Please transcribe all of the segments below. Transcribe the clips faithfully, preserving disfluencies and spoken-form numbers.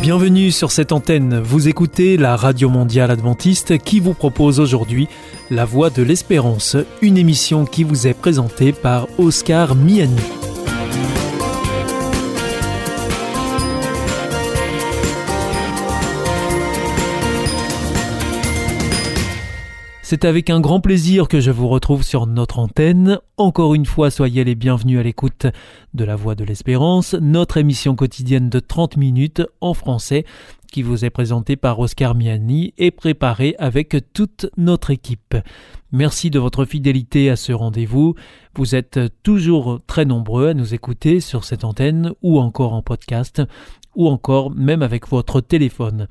Bienvenue sur cette antenne, vous écoutez la Radio Mondiale Adventiste qui vous propose aujourd'hui La Voix de l'Espérance, une émission qui vous est présentée par Oscar Miani. C'est avec un grand plaisir que je vous retrouve sur notre antenne. Encore une fois, soyez les bienvenus à l'écoute de La Voix de l'Espérance, notre émission quotidienne de trente minutes en français qui vous est présentée par Oscar Miani et préparée avec toute notre équipe. Merci de votre fidélité à ce rendez-vous. Vous êtes toujours très nombreux à nous écouter sur cette antenne ou encore en podcast ou encore même avec votre téléphone.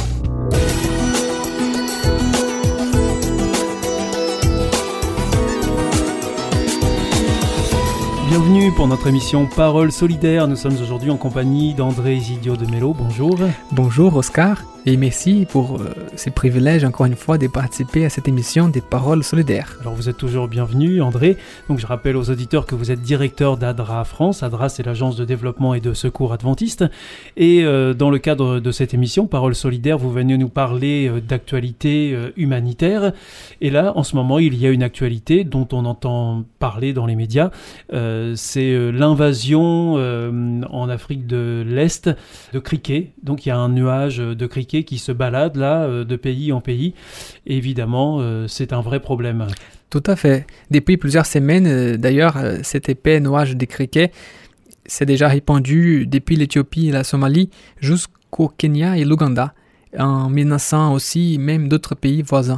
Bienvenue pour notre émission Paroles solidaires. Nous sommes aujourd'hui en compagnie d'André Isidio de Mello. Bonjour. Bonjour Oscar et merci pour euh, ce privilège encore une fois de participer à cette émission des Paroles solidaires. Alors vous êtes toujours bienvenu André. Donc je rappelle aux auditeurs que vous êtes directeur d'ADRA France. ADRA c'est l'agence de développement et de secours adventiste. Et euh, dans le cadre de cette émission Paroles solidaires, vous venez nous parler euh, d'actualité euh, humanitaire. Et là en ce moment il y a une actualité dont on entend parler dans les médias. Euh, c'est euh, l'invasion euh, en Afrique de l'Est de criquets. Donc il y a un nuage de criquets qui se balade là euh, de pays en pays. Et évidemment, euh, c'est un vrai problème. Tout à fait. Depuis plusieurs semaines, euh, d'ailleurs, euh, cet épais nuage de criquets s'est déjà répandu depuis l'Éthiopie et la Somalie jusqu'au Kenya et l'Ouganda, en menaçant aussi même d'autres pays voisins.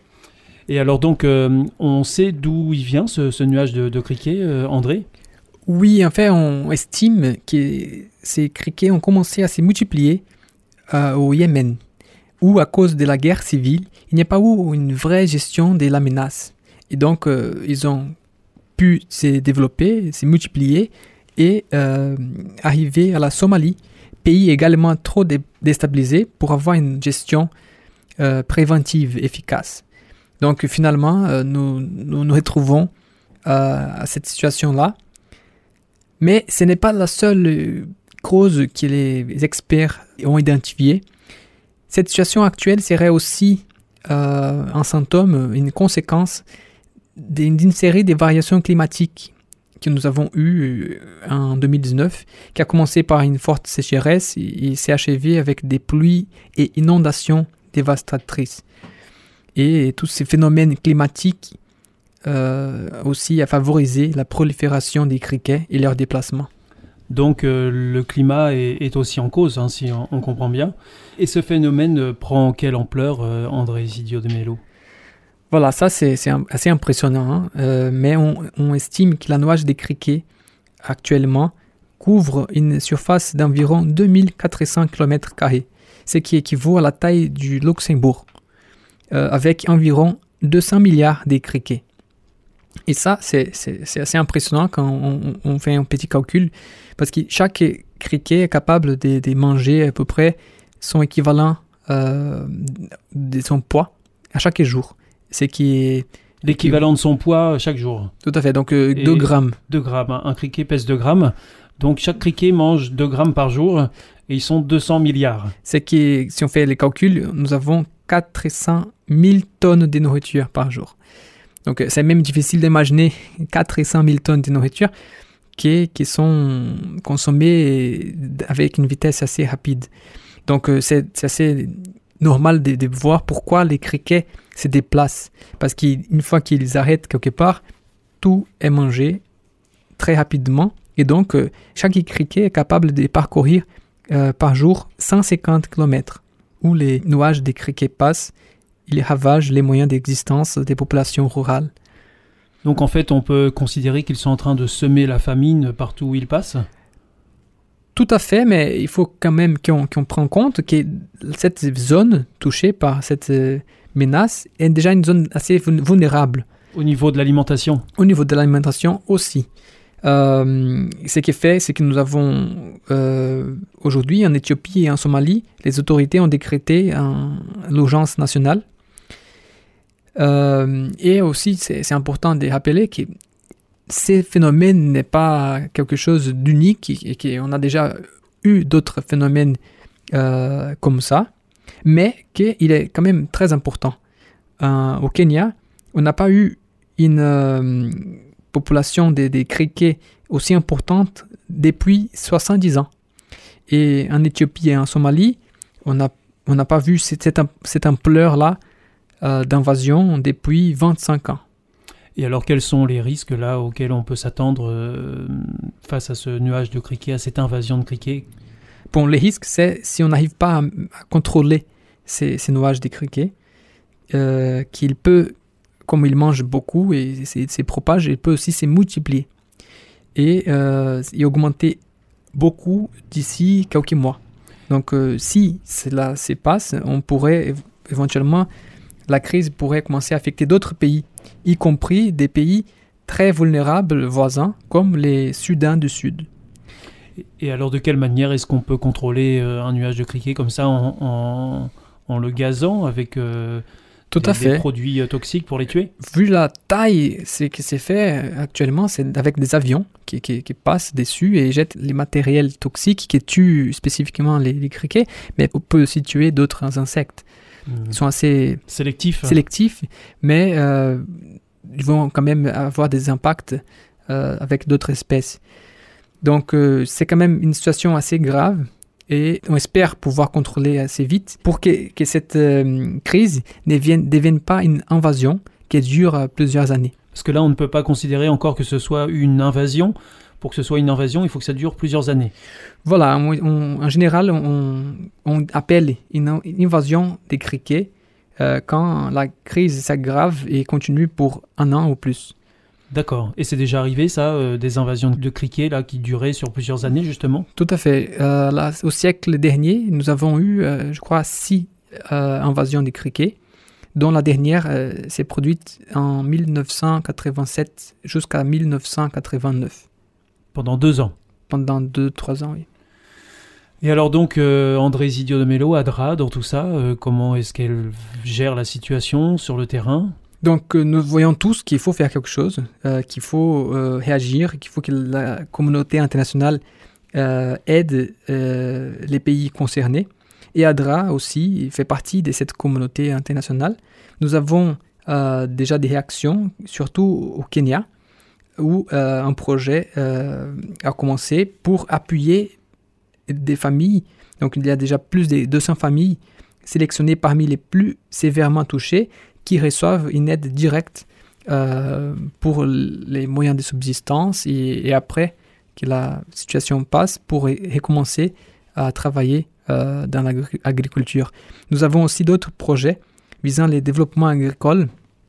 Et alors donc, euh, on sait d'où il vient ce, ce nuage de, de criquets, euh, André ? Oui, en fait, on estime que ces criquets ont commencé à se multiplier euh, au Yémen, où à cause de la guerre civile, il n'y a pas eu une vraie gestion de la menace. Et donc, euh, ils ont pu se développer, se multiplier et euh, arriver à la Somalie, pays également trop dé- déstabilisé pour avoir une gestion euh, préventive efficace. Donc finalement, euh, nous, nous nous retrouvons euh, à cette situation-là. Mais ce n'est pas la seule cause que les experts ont identifiée. Cette situation actuelle serait aussi euh, un symptôme, une conséquence d'une, d'une série de variations climatiques que nous avons eues en deux mille dix-neuf, qui a commencé par une forte sécheresse et, et s'est achevée avec des pluies et inondations dévastatrices. Et tous ces phénomènes climatiques euh, aussi a favorisé la prolifération des criquets et leur déplacement. Donc euh, le climat est, est aussi en cause, hein, si on, on comprend bien. Et ce phénomène euh, prend quelle ampleur, euh, André Isidio de Mello ? Voilà, ça c'est, c'est assez impressionnant, hein, euh, mais on, on estime que la nuage des criquets actuellement couvre une surface d'environ deux mille quatre cents kilomètres carrés, ce qui équivaut à la taille du Luxembourg. Euh, avec environ deux cents milliards de criquets. Et ça, c'est, c'est, c'est assez impressionnant quand on, on fait un petit calcul, parce que chaque criquet est capable de, de manger à peu près son équivalent euh, de son poids à chaque jour. C'est qui est l'équivalent de son poids chaque jour. Tout à fait, donc euh, deux grammes. deux grammes, hein. Un criquet pèse deux grammes, donc chaque criquet mange deux grammes par jour, et ils sont deux cents milliards. C'est qui, si on fait les calculs, nous avons quatre cent mille tonnes de nourriture par jour. Donc, c'est même difficile d'imaginer quatre cent mille tonnes de nourriture qui, qui sont consommées avec une vitesse assez rapide. Donc, c'est, c'est assez normal de, de voir pourquoi les criquets se déplacent. Parce qu'une fois qu'ils arrêtent quelque part, tout est mangé très rapidement. Et donc, chaque criquet est capable de parcourir euh, par jour cent cinquante kilomètres. Où les nuages des criquets passent, ils ravagent les moyens d'existence des populations rurales. Donc en fait, on peut considérer qu'ils sont en train de semer la famine partout où ils passent ? Tout à fait, mais il faut quand même qu'on, qu'on prenne compte que cette zone touchée par cette menace est déjà une zone assez vulnérable. Au niveau de l'alimentation ? Au niveau de l'alimentation aussi. Euh, ce qui est fait, c'est que nous avons euh, aujourd'hui en Éthiopie et en Somalie, les autorités ont décrété un, l'urgence nationale. Euh, et aussi, c'est, c'est important de rappeler que ces phénomènes n'est pas quelque chose d'unique et qu'on a déjà eu d'autres phénomènes euh, comme ça, mais qu'il est quand même très important. Euh, au Kenya, on n'a pas eu une euh, population des, des criquets aussi importante depuis soixante-dix ans. Et en Éthiopie et en Somalie, on n'a on n'a pas vu cette, cette, cette ampleur-là euh, d'invasion depuis vingt-cinq ans. Et alors, quels sont les risques là auxquels on peut s'attendre euh, face à ce nuage de criquets, à cette invasion de criquets? Bon, les risques, c'est si on n'arrive pas à, à contrôler ces, ces nuages de criquets, euh, qu'il peut, comme il mange beaucoup et se propage, il peut aussi se multiplier et, euh, et augmenter beaucoup d'ici quelques mois. Donc, euh, si cela se passe, on pourrait év- éventuellement, la crise pourrait commencer à affecter d'autres pays, y compris des pays très vulnérables voisins, comme les Soudan du Sud. Et alors, de quelle manière est-ce qu'on peut contrôler euh, un nuage de criquets comme ça en, en, en le gazant avec euh, Tout des, à fait. des produits euh, toxiques pour les tuer? Vu la taille, ce qui s'est fait actuellement, c'est avec des avions qui, qui, qui passent dessus et jettent les matériels toxiques qui tuent spécifiquement les, les criquets, mais on peut aussi tuer d'autres insectes. Mmh. Ils sont assez Sélectifs. sélectifs, mais euh, ils vont quand même avoir des impacts euh, avec d'autres espèces. Donc, euh, c'est quand même une situation assez grave et on espère pouvoir contrôler assez vite pour que, que cette euh, crise ne devienne, devienne pas une invasion qui dure euh, plusieurs années. Parce que là, on ne peut pas considérer encore que ce soit une invasion. Pour que ce soit une invasion, il faut que ça dure plusieurs années. Voilà, on, on, en général, on, on appelle une, une invasion des criquets euh, quand la crise s'aggrave et continue pour un an ou plus. D'accord. Et c'est déjà arrivé, ça, euh, des invasions de criquets là, qui duraient sur plusieurs années, justement? Tout à fait. Euh, là, au siècle dernier, nous avons eu, euh, je crois, six euh, invasions des criquets, dont la dernière euh, s'est produite en mille neuf cent quatre-vingt-sept jusqu'à mille neuf cent quatre-vingt-neuf. Pendant deux ans. Pendant deux, trois ans, oui. Et alors donc, euh, André Zidio de Mello, Adra, dans tout ça, euh, comment est-ce qu'elle gère la situation sur le terrain? Donc, euh, nous voyons tous qu'il faut faire quelque chose, euh, qu'il faut euh, réagir, qu'il faut que la communauté internationale euh, aide euh, les pays concernés. Et Adra aussi fait partie de cette communauté internationale. Nous avons euh, déjà des réactions, surtout au Kenya, où euh, un projet euh, a commencé pour appuyer des familles. Donc, il y a déjà plus de deux cents familles sélectionnées parmi les plus sévèrement touchées qui reçoivent une aide directe euh, pour les moyens de subsistance et, et après que la situation passe, pour recommencer à travailler euh, dans l'agriculture. Nous avons aussi d'autres projets visant le développement agricole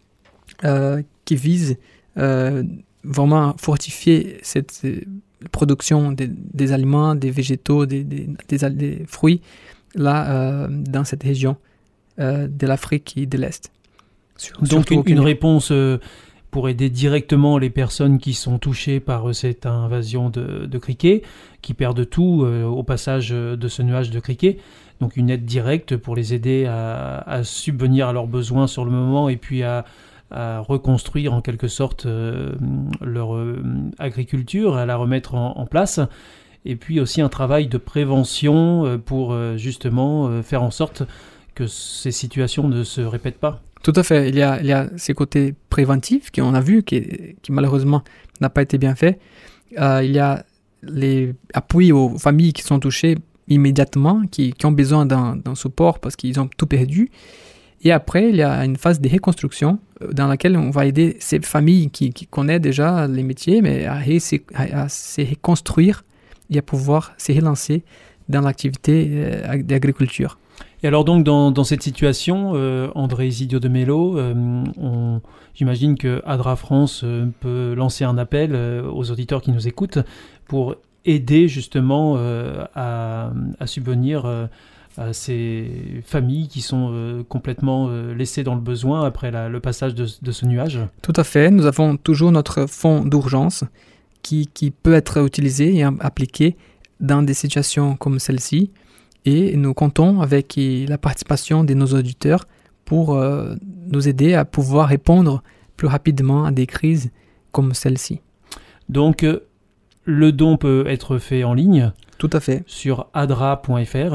euh, qui visent euh, vraiment à fortifier cette euh, production des, des aliments, des végétaux, des, des, des, des fruits là euh, dans cette région euh, de l'Afrique et de l'Est. Sur, Donc une, une réponse euh, pour aider directement les personnes qui sont touchées par euh, cette invasion de, de criquets, qui perdent tout euh, au passage de ce nuage de criquets. Donc une aide directe pour les aider à, à subvenir à leurs besoins sur le moment et puis à, à reconstruire en quelque sorte euh, leur euh, agriculture, à la remettre en, en place. Et puis aussi un travail de prévention euh, pour euh, justement euh, faire en sorte que ces situations ne se répètent pas. Tout à fait. Il y a, il y a ces côtés préventifs qu'on a vus, qui, qui malheureusement n'a pas été bien fait. Euh, il y a les appuis aux familles qui sont touchées immédiatement, qui, qui ont besoin d'un, d'un support parce qu'ils ont tout perdu. Et après, il y a une phase de reconstruction dans laquelle on va aider ces familles qui, qui connaissent déjà les métiers, mais à, à, à se reconstruire et à pouvoir se relancer dans l'activité euh, d'agriculture. Et alors donc dans, dans cette situation, euh, André Zidio de Mello, euh, on, j'imagine que Adra France euh, peut lancer un appel euh, aux auditeurs qui nous écoutent pour aider justement euh, à, à subvenir euh, à ces familles qui sont euh, complètement euh, laissées dans le besoin après la, le passage de, de ce nuage. Tout à fait, nous avons toujours notre fonds d'urgence qui, qui peut être utilisé et appliqué dans des situations comme celle-ci. Et nous comptons avec la participation de nos auditeurs pour euh, nous aider à pouvoir répondre plus rapidement à des crises comme celle-ci. Donc, euh, le don peut être fait en ligne. Tout à fait. Sur adra point f r.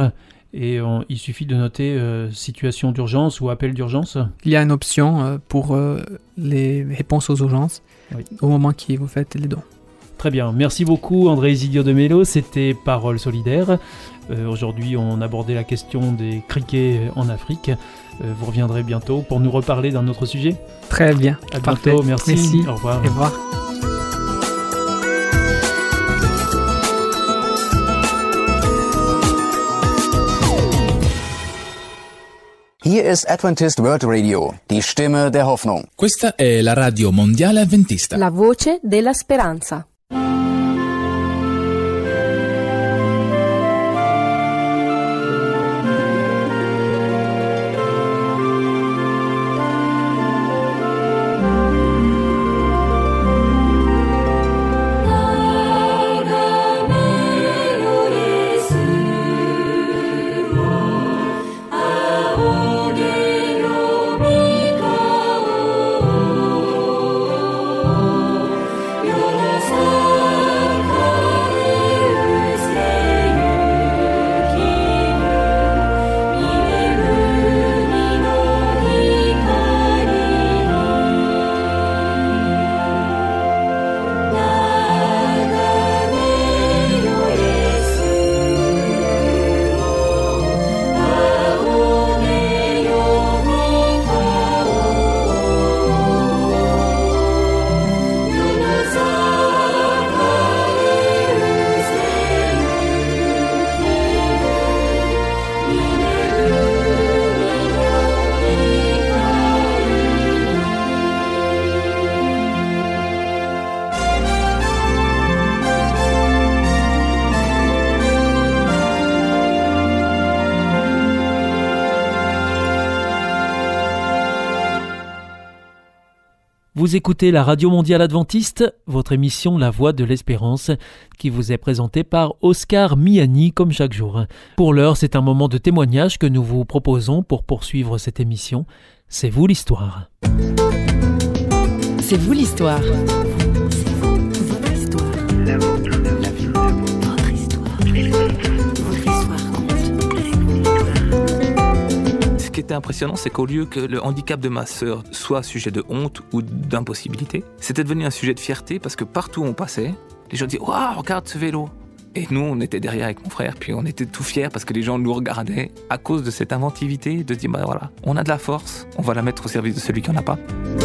Et on, il suffit de noter euh, situation d'urgence ou appel d'urgence. Il y a une option euh, pour euh, les réponses aux urgences oui. au moment que vous faites les dons. Très bien. Merci beaucoup André Isidio de Mello. C'était Paroles solidaires. Euh, aujourd'hui, on abordait la question des criquets en Afrique. Euh, vous reviendrez bientôt pour nous reparler d'un autre sujet. Très bien. À Parfait. bientôt. Merci. Merci. Au revoir. Au revoir. Hier ist Adventist World Radio, die Stimme der Hoffnung. Questa è la radio mondiale adventista. La voce della speranza. Vous écoutez la Radio Mondiale Adventiste, votre émission La Voix de l'Espérance, qui vous est présentée par Oscar Miani comme chaque jour. Pour l'heure, c'est un moment de témoignage que nous vous proposons pour poursuivre cette émission. C'est vous l'histoire. C'est vous l'histoire. C'est vous, votre histoire. La vôtre, la vie, votre histoire. Votre histoire compte. Ce qui était impressionnant, c'est qu'au lieu que le handicap de ma sœur soit sujet de honte ou d'impossibilité, c'était devenu un sujet de fierté parce que partout où on passait, les gens disaient « Waouh, regarde ce vélo !» Et nous, on était derrière avec mon frère, puis on était tout fiers parce que les gens nous regardaient à cause de cette inventivité, de se dire « Bah voilà, on a de la force, on va la mettre au service de celui qui n'en a pas. »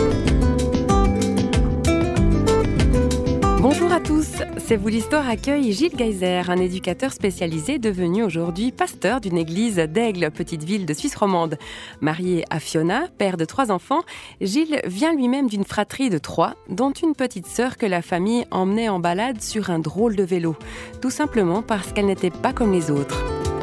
Bonjour à tous, C'est vous l'histoire accueille Gilles Geiser, un éducateur spécialisé devenu aujourd'hui pasteur d'une église d'Aigle, petite ville de Suisse romande. Marié à Fiona, père de trois enfants, Gilles vient lui-même d'une fratrie de trois, dont une petite sœur que la famille emmenait en balade sur un drôle de vélo, tout simplement parce qu'elle n'était pas comme les autres.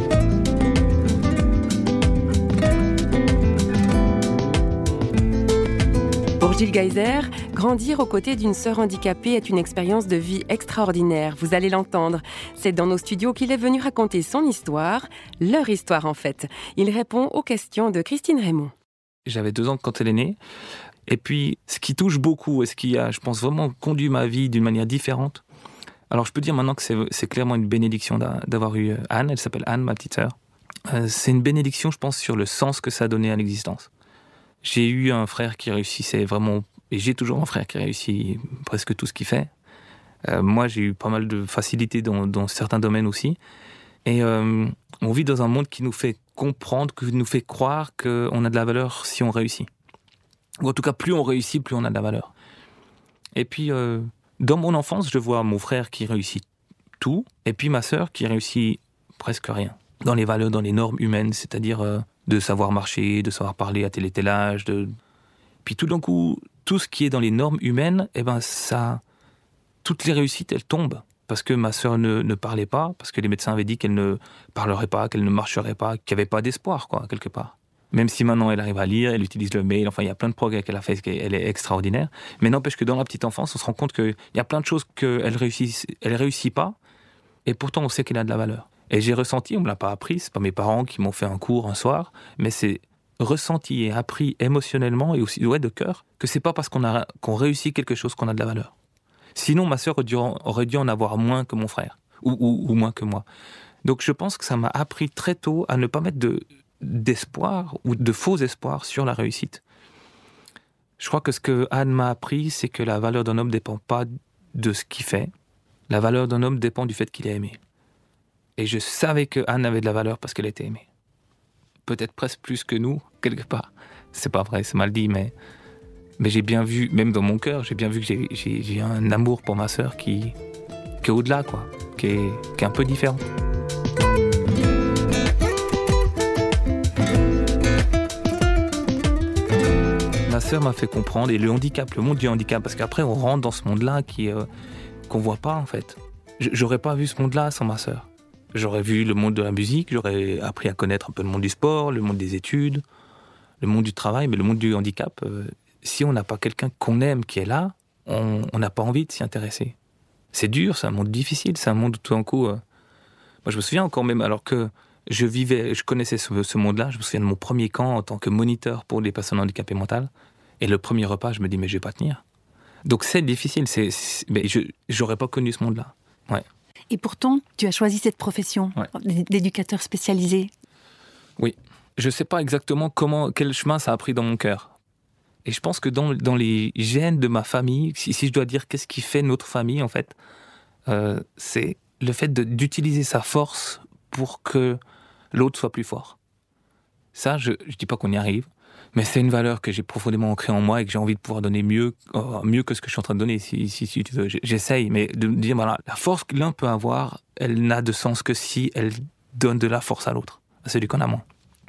Pour Gilles Geiser, grandir aux côtés d'une sœur handicapée est une expérience de vie extraordinaire. Vous allez l'entendre. C'est dans nos studios qu'il est venu raconter son histoire, leur histoire en fait. Il répond aux questions de Christine Raymond. J'avais deux ans quand elle est née. Et puis, ce qui touche beaucoup et ce qui a, je pense, vraiment conduit ma vie d'une manière différente. Alors, je peux dire maintenant que c'est, c'est clairement une bénédiction d'avoir eu Anne. Elle s'appelle Anne, ma petite sœur. Euh, c'est une bénédiction, je pense, sur le sens que ça a donné à l'existence. J'ai eu un frère qui réussissait vraiment, et j'ai toujours un frère qui réussit presque tout ce qu'il fait. Euh, moi, j'ai eu pas mal de facilité dans, dans certains domaines aussi. Et euh, on vit dans un monde qui nous fait comprendre, qui nous fait croire qu'on a de la valeur si on réussit. Ou en tout cas, plus on réussit, plus on a de la valeur. Et puis, euh, dans mon enfance, je vois mon frère qui réussit tout, et puis ma sœur qui réussit presque rien. Dans les valeurs, dans les normes humaines, c'est-à-dire... Euh, de savoir marcher, de savoir parler à tel et tel âge. De... Puis tout d'un coup, tout ce qui est dans les normes humaines, eh ben ça, toutes les réussites, elles tombent. Parce que ma sœur ne, ne parlait pas, parce que les médecins avaient dit qu'elle ne parlerait pas, qu'elle ne marcherait pas, qu'il n'y avait pas d'espoir, quoi, quelque part. Même si maintenant elle arrive à lire, elle utilise le mail, enfin il y a plein de progrès qu'elle a fait, elle est extraordinaire. Mais n'empêche que dans la petite enfance, on se rend compte qu'il y a plein de choses qu'elle réussit, elle réussit pas, et pourtant on sait qu'elle a de la valeur. Et j'ai ressenti, on ne me l'a pas appris, c'est pas mes parents qui m'ont fait un cours un soir, mais c'est ressenti et appris émotionnellement et aussi ouais, de cœur, que c'est pas parce qu'on a qu'on réussit quelque chose qu'on a de la valeur. Sinon, ma sœur aurait dû, aurait dû en avoir moins que mon frère, ou, ou, ou moins que moi. Donc je pense que ça m'a appris très tôt à ne pas mettre de, d'espoir ou de faux espoirs sur la réussite. Je crois que ce que Anne m'a appris, c'est que la valeur d'un homme ne dépend pas de ce qu'il fait. La valeur d'un homme dépend du fait qu'il est aimé. Et je savais que Anne avait de la valeur parce qu'elle était aimée. Peut-être presque plus que nous, quelque part. C'est pas vrai, c'est mal dit, mais, mais j'ai bien vu, même dans mon cœur, j'ai bien vu que j'ai, j'ai, j'ai un amour pour ma sœur qui, qui est au-delà, quoi, qui est, qui est un peu différent. Ma sœur m'a fait comprendre, et le handicap, le monde du handicap, parce qu'après on rentre dans ce monde-là qui, euh, qu'on voit pas en fait. J'aurais pas vu ce monde-là sans ma sœur. J'aurais vu le monde de la musique, j'aurais appris à connaître un peu le monde du sport, le monde des études, le monde du travail, mais le monde du handicap, euh, si on n'a pas quelqu'un qu'on aime qui est là, on n'a pas envie de s'y intéresser. C'est dur, c'est un monde difficile, c'est un monde où tout d'un coup... Euh, moi je me souviens encore même, alors que je vivais, je connaissais ce, ce monde-là, je me souviens de mon premier camp en tant que moniteur pour les personnes handicapées mentales, et le premier repas, je me dis, mais je vais pas tenir. Donc c'est difficile, c'est, c'est, mais je n'aurais pas connu ce monde-là. Ouais. Et pourtant, tu as choisi cette profession ouais. d'éducateur spécialisé. Oui. Je ne sais pas exactement comment, quel chemin ça a pris dans mon cœur. Et je pense que dans, dans les gènes de ma famille, si, si je dois dire qu'est-ce qui fait notre famille, en fait, euh, c'est le fait de, d'utiliser sa force pour que l'autre soit plus fort. Ça, je ne dis pas qu'on y arrive, mais c'est une valeur que j'ai profondément ancrée en moi et que j'ai envie de pouvoir donner mieux, euh, mieux que ce que je suis en train de donner, si, si, si tu veux. J'essaye, mais de me dire, voilà, la force que l'un peut avoir, elle n'a de sens que si elle donne de la force à l'autre, à celui qu'on a moins.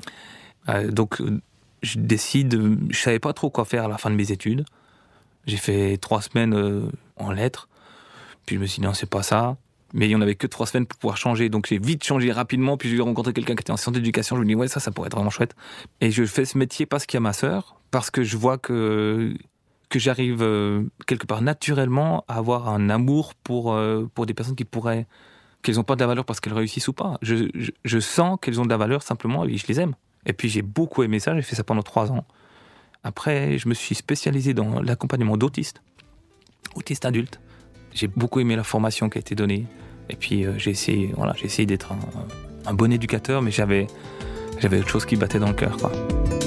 Euh, donc, je décide, je ne savais pas trop quoi faire à la fin de mes études. J'ai fait trois semaines euh, en lettres, puis je me suis dit, non, c'est pas ça. Mais il n'y en avait que trois semaines pour pouvoir changer. Donc j'ai vite changé rapidement. Puis j'ai rencontré quelqu'un qui était en sciences d'éducation. Je me dis, ouais, ça, ça pourrait être vraiment chouette. Et je fais ce métier parce qu'il y a ma sœur, parce que je vois que, que j'arrive euh, quelque part naturellement à avoir un amour pour, euh, pour des personnes qui pourraient, qu'elles n'ont pas de la valeur parce qu'elles réussissent ou pas. Je, je, je sens qu'elles ont de la valeur simplement et je les aime. Et puis j'ai beaucoup aimé ça. J'ai fait ça pendant trois ans. Après, je me suis spécialisé dans l'accompagnement d'autistes, autistes adultes. J'ai beaucoup aimé la formation qui a été donnée. Et puis euh, j'ai essayé, voilà, j'ai essayé d'être un, un bon éducateur, mais j'avais, j'avais autre chose qui battait dans le cœur, quoi.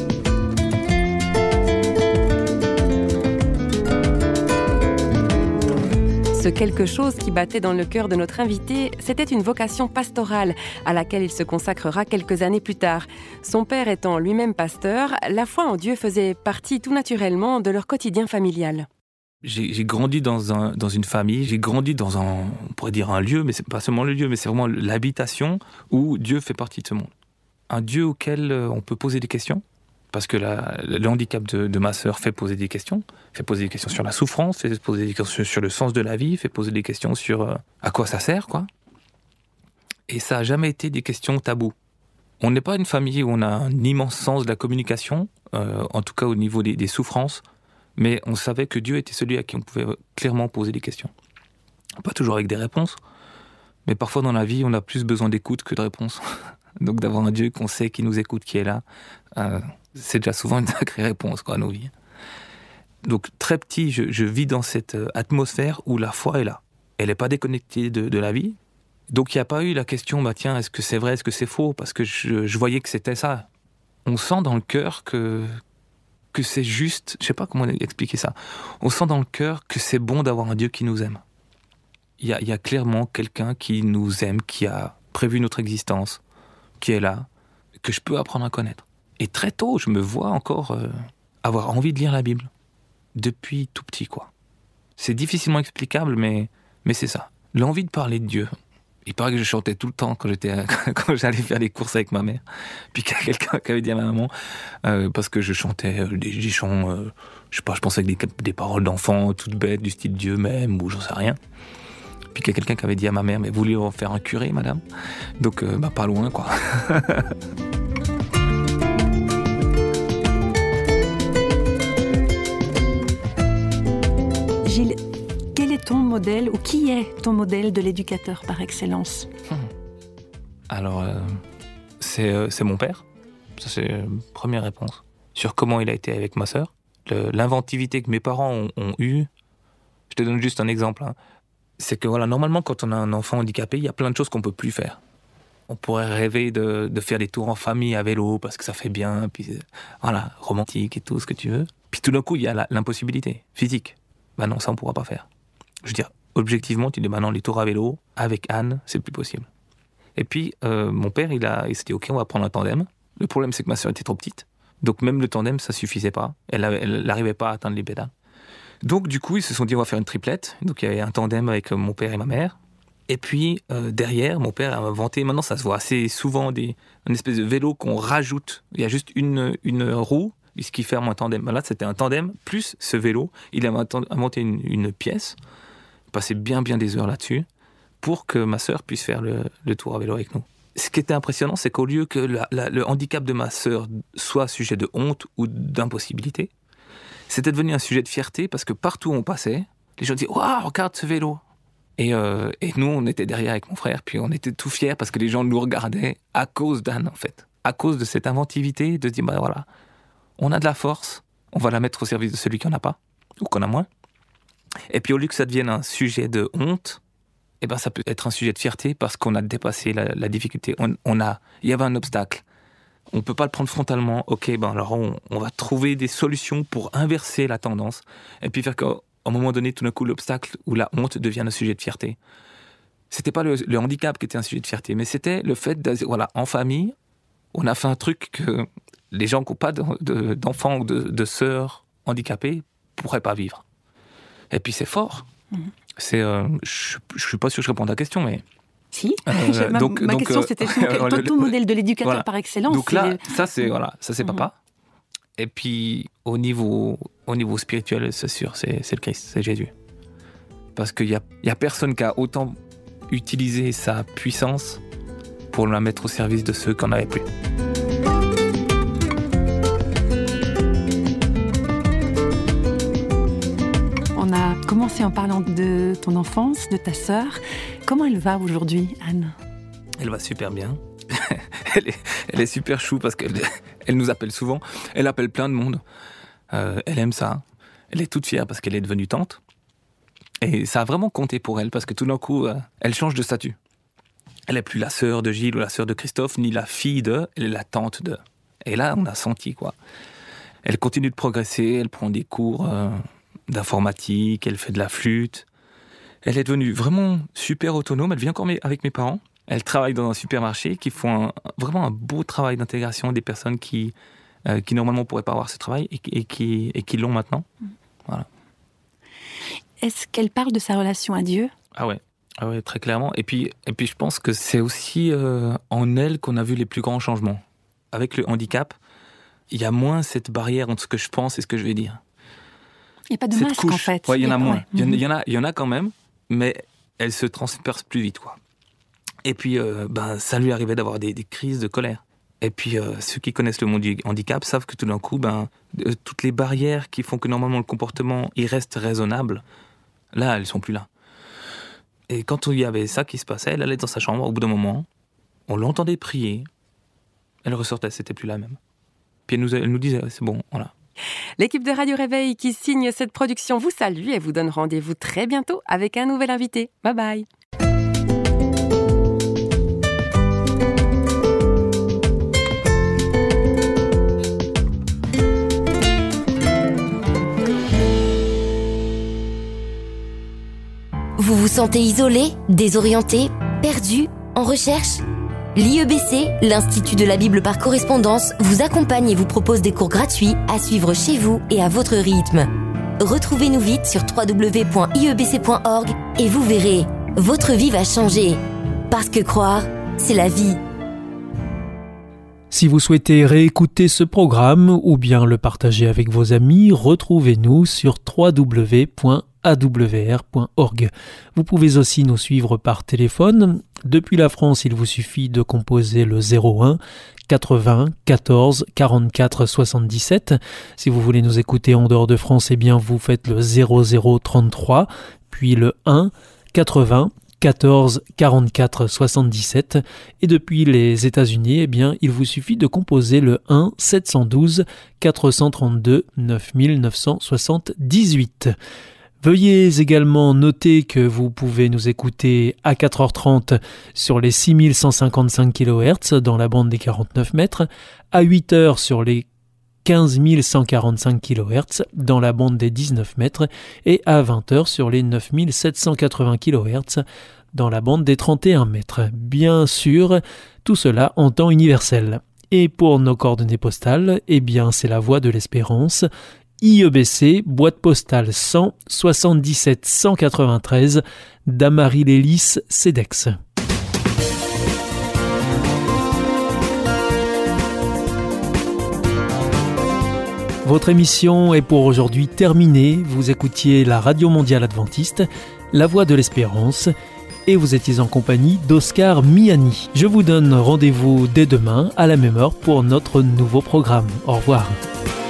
Ce quelque chose qui battait dans le cœur de notre invité, c'était une vocation pastorale à laquelle il se consacrera quelques années plus tard. Son père étant lui-même pasteur, la foi en Dieu faisait partie tout naturellement de leur quotidien familial. J'ai, j'ai grandi dans, un, dans une famille, j'ai grandi dans un, on pourrait dire un lieu, mais c'est pas seulement le lieu, mais c'est vraiment l'habitation où Dieu fait partie de ce monde. Un Dieu auquel on peut poser des questions, parce que la, le handicap de, de ma sœur fait poser des questions, fait poser des questions sur la souffrance, fait poser des questions sur le sens de la vie, fait poser des questions sur euh, à quoi ça sert, quoi. Et ça n'a jamais été des questions taboues. On n'est pas une famille où on a un immense sens de la communication, euh, en tout cas au niveau des, des souffrances, mais on savait que Dieu était celui à qui on pouvait clairement poser des questions. Pas toujours avec des réponses, mais parfois dans la vie, on a plus besoin d'écoute que de réponses. Donc d'avoir un Dieu qu'on sait qui nous écoute, qui est là, euh, c'est déjà souvent une sacrée réponse, quoi, à nos vies. Donc très petit, je, je vis dans cette atmosphère où la foi est là. Elle n'est pas déconnectée de, de la vie. Donc il n'y a pas eu la question, bah tiens, est-ce que c'est vrai, est-ce que c'est faux ? Parce que je, je voyais que c'était ça. On sent dans le cœur que... que c'est juste, je sais pas comment expliquer ça, on sent dans le cœur que c'est bon d'avoir un Dieu qui nous aime. Il y a, il y a clairement quelqu'un qui nous aime, qui a prévu notre existence, qui est là, que je peux apprendre à connaître. Et très tôt, je me vois encore euh, avoir envie de lire la Bible, depuis tout petit, quoi. C'est difficilement explicable, mais, mais c'est ça. L'envie de parler de Dieu. Il paraît que je chantais tout le temps quand, j'étais, quand j'allais faire les courses avec ma mère. Puis qu'il y a quelqu'un qui avait dit à ma maman, euh, parce que je chantais des, des chants, euh, je sais pas, je pensais avec des, des paroles d'enfants toutes bêtes, du style Dieu m'aime, ou j'en sais rien. Puis qu'il y a quelqu'un qui avait dit à ma mère, mais vous voulez en faire un curé, madame ? Donc, euh, bah, pas loin, quoi. Gilles, quel est ton modèle, ou qui est ton modèle de l'éducateur par excellence ? Alors, euh, c'est, euh, c'est mon père. Ça, c'est la première réponse. Sur comment il a été avec ma sœur. Le, l'inventivité que mes parents ont, ont eue. Je te donne juste un exemple. Hein. C'est que, voilà, normalement, quand on a un enfant handicapé, il y a plein de choses qu'on ne peut plus faire. On pourrait rêver de, de faire des tours en famille à vélo parce que ça fait bien, puis voilà, romantique et tout ce que tu veux. Puis tout d'un coup, il y a la, l'impossibilité physique. Ben non, ça on ne pourra pas faire. Je veux dire, objectivement, tu dis, ben non, les tours à vélo avec Anne, c'est plus possible. Et puis, euh, mon père, il, a, il s'est dit, ok, on va prendre un tandem. Le problème, c'est que ma sœur était trop petite. Donc même le tandem, ça suffisait pas. Elle n'arrivait pas à atteindre les pédales. Donc du coup, ils se sont dit, on va faire une triplette. Donc il y avait un tandem avec mon père et ma mère. Et puis, euh, derrière, mon père a inventé, maintenant ça se voit assez souvent, des, une espèce de vélo qu'on rajoute. Il y a juste une, une roue, ce qui ferme un tandem. Ben là, c'était un tandem plus ce vélo. Il a inventé une, une pièce, passé bien, bien des heures là-dessus, pour que ma sœur puisse faire le, le tour à vélo avec nous. Ce qui était impressionnant, c'est qu'au lieu que la, la, le handicap de ma sœur soit sujet de honte ou d'impossibilité, c'était devenu un sujet de fierté, parce que partout où on passait, les gens disaient « Waouh, regarde ce vélo !» Et, euh, et nous, on était derrière avec mon frère, puis on était tout fiers parce que les gens nous regardaient à cause d'Anne, en fait. À cause de cette inventivité, de se dire, bah voilà, on a de la force, on va la mettre au service de celui qui n'en a pas, ou qu'on a moins. Et puis au lieu que ça devienne un sujet de honte, eh ben, ça peut être un sujet de fierté parce qu'on a dépassé la, la difficulté. On, on a, il y avait un obstacle. On ne peut pas le prendre frontalement. Ok, ben alors on, on va trouver des solutions pour inverser la tendance et puis faire que à un moment donné, tout d'un coup, l'obstacle ou la honte devient un sujet de fierté. C'était pas le, le handicap qui était un sujet de fierté, mais c'était le fait de, voilà, en famille, on a fait un truc que les gens qui n'ont pas de, de, d'enfants ou de, de sœurs handicapées pourraient pas vivre. Et puis c'est fort. Mmh. C'est, euh, je, je suis pas sûr que je réponde à la question, mais... Si, euh, ma, donc, ma donc, question euh, c'était ton, ton, ton modèle de l'éducateur voilà. par excellence. Donc là, les... ça c'est, voilà, ça c'est mmh. papa. Et puis, au niveau, au niveau spirituel, c'est sûr, c'est, c'est le Christ, c'est Jésus. Parce qu'il n'y a, y a personne qui a autant utilisé sa puissance pour la mettre au service de ceux qui n'en avaient plus. On a commencé en parlant de ton enfance, de ta sœur. Comment elle va aujourd'hui, Anne ? Elle va super bien. elle, est, elle est super chou parce qu'elle elle nous appelle souvent. Elle appelle plein de monde. Euh, elle aime ça. Elle est toute fière parce qu'elle est devenue tante. Et ça a vraiment compté pour elle parce que tout d'un coup, euh, elle change de statut. Elle n'est plus la sœur de Gilles ou la sœur de Christophe, ni la fille de, elle est la tante de. Et là, on a senti quoi. Elle continue de progresser, elle prend des cours euh, d'informatique, elle fait de la flûte. Elle est devenue vraiment super autonome. Elle vit encore avec mes parents. Elle travaille dans un supermarché qui font un, vraiment un beau travail d'intégration des personnes qui, euh, qui normalement ne pourraient pas avoir ce travail et, et, qui, et qui l'ont maintenant. Voilà. Est-ce qu'elle parle de sa relation à Dieu ? Ah ouais, ah ouais, très clairement. Et puis, et puis je pense que c'est aussi euh, en elle qu'on a vu les plus grands changements. Avec le handicap, il y a moins cette barrière entre ce que je pense et ce que je vais dire. Il n'y a pas de cette masque couche, en fait. Ouais, il y en a moins. Ouais. Il, y en, il, y en a, il y en a quand même, mais elle se transperce plus vite, quoi. Et puis, euh, ben, ça lui arrivait d'avoir des, des crises de colère. Et puis, euh, ceux qui connaissent le monde du handicap savent que tout d'un coup, ben, euh, toutes les barrières qui font que normalement le comportement il reste raisonnable, là, elles sont plus là. Et quand il y avait ça qui se passait, elle allait dans sa chambre, au bout d'un moment, on l'entendait prier, elle ressortait, c'était plus la même. Puis elle nous, elle nous disait, c'est bon, voilà. L'équipe de Radio Réveil qui signe cette production vous salue et vous donne rendez-vous très bientôt avec un nouvel invité. Bye bye. Vous vous sentez isolé, désorienté, perdu, en recherche ? L'I E B C, l'Institut de la Bible par correspondance, vous accompagne et vous propose des cours gratuits à suivre chez vous et à votre rythme. Retrouvez-nous vite sur w w w point i e b c point org et vous verrez, votre vie va changer. Parce que croire, c'est la vie. Si vous souhaitez réécouter ce programme ou bien le partager avec vos amis, retrouvez-nous sur w w w point a w r point org. Vous pouvez aussi nous suivre par téléphone. Depuis la France, il vous suffit de composer le zéro un quatre-vingts quatorze quarante-quatre soixante-dix-sept. Si vous voulez nous écouter en dehors de France, eh bien vous faites le zéro zéro trente-trois, puis le un quatre-vingts quatorze quarante-quatre soixante-dix-sept. Et depuis les États-Unis, eh bien il vous suffit de composer le un sept cent douze quatre cent trente-deux neuf mille neuf cent soixante-dix-huit. Veuillez également noter que vous pouvez nous écouter à quatre heures trente sur les six mille cent cinquante-cinq kilohertz dans la bande des quarante-neuf mètres, à huit heures sur les quinze mille cent quarante-cinq kilohertz dans la bande des dix-neuf mètres et à vingt heures sur les neuf mille sept cent quatre-vingts kilohertz dans la bande des trente et un mètres. Bien sûr, tout cela en temps universel. Et pour nos coordonnées postales, eh bien c'est la Voie de l'Espérance, I E B C, boîte postale cent soixante-dix-sept cent quatre-vingt-treize, Damary-Lélis, Cedex. Votre émission est pour aujourd'hui terminée. Vous écoutiez la Radio Mondiale Adventiste, La Voie de l'Espérance, et vous étiez en compagnie d'Oscar Miani. Je vous donne rendez-vous dès demain à la même heure pour notre nouveau programme. Au revoir.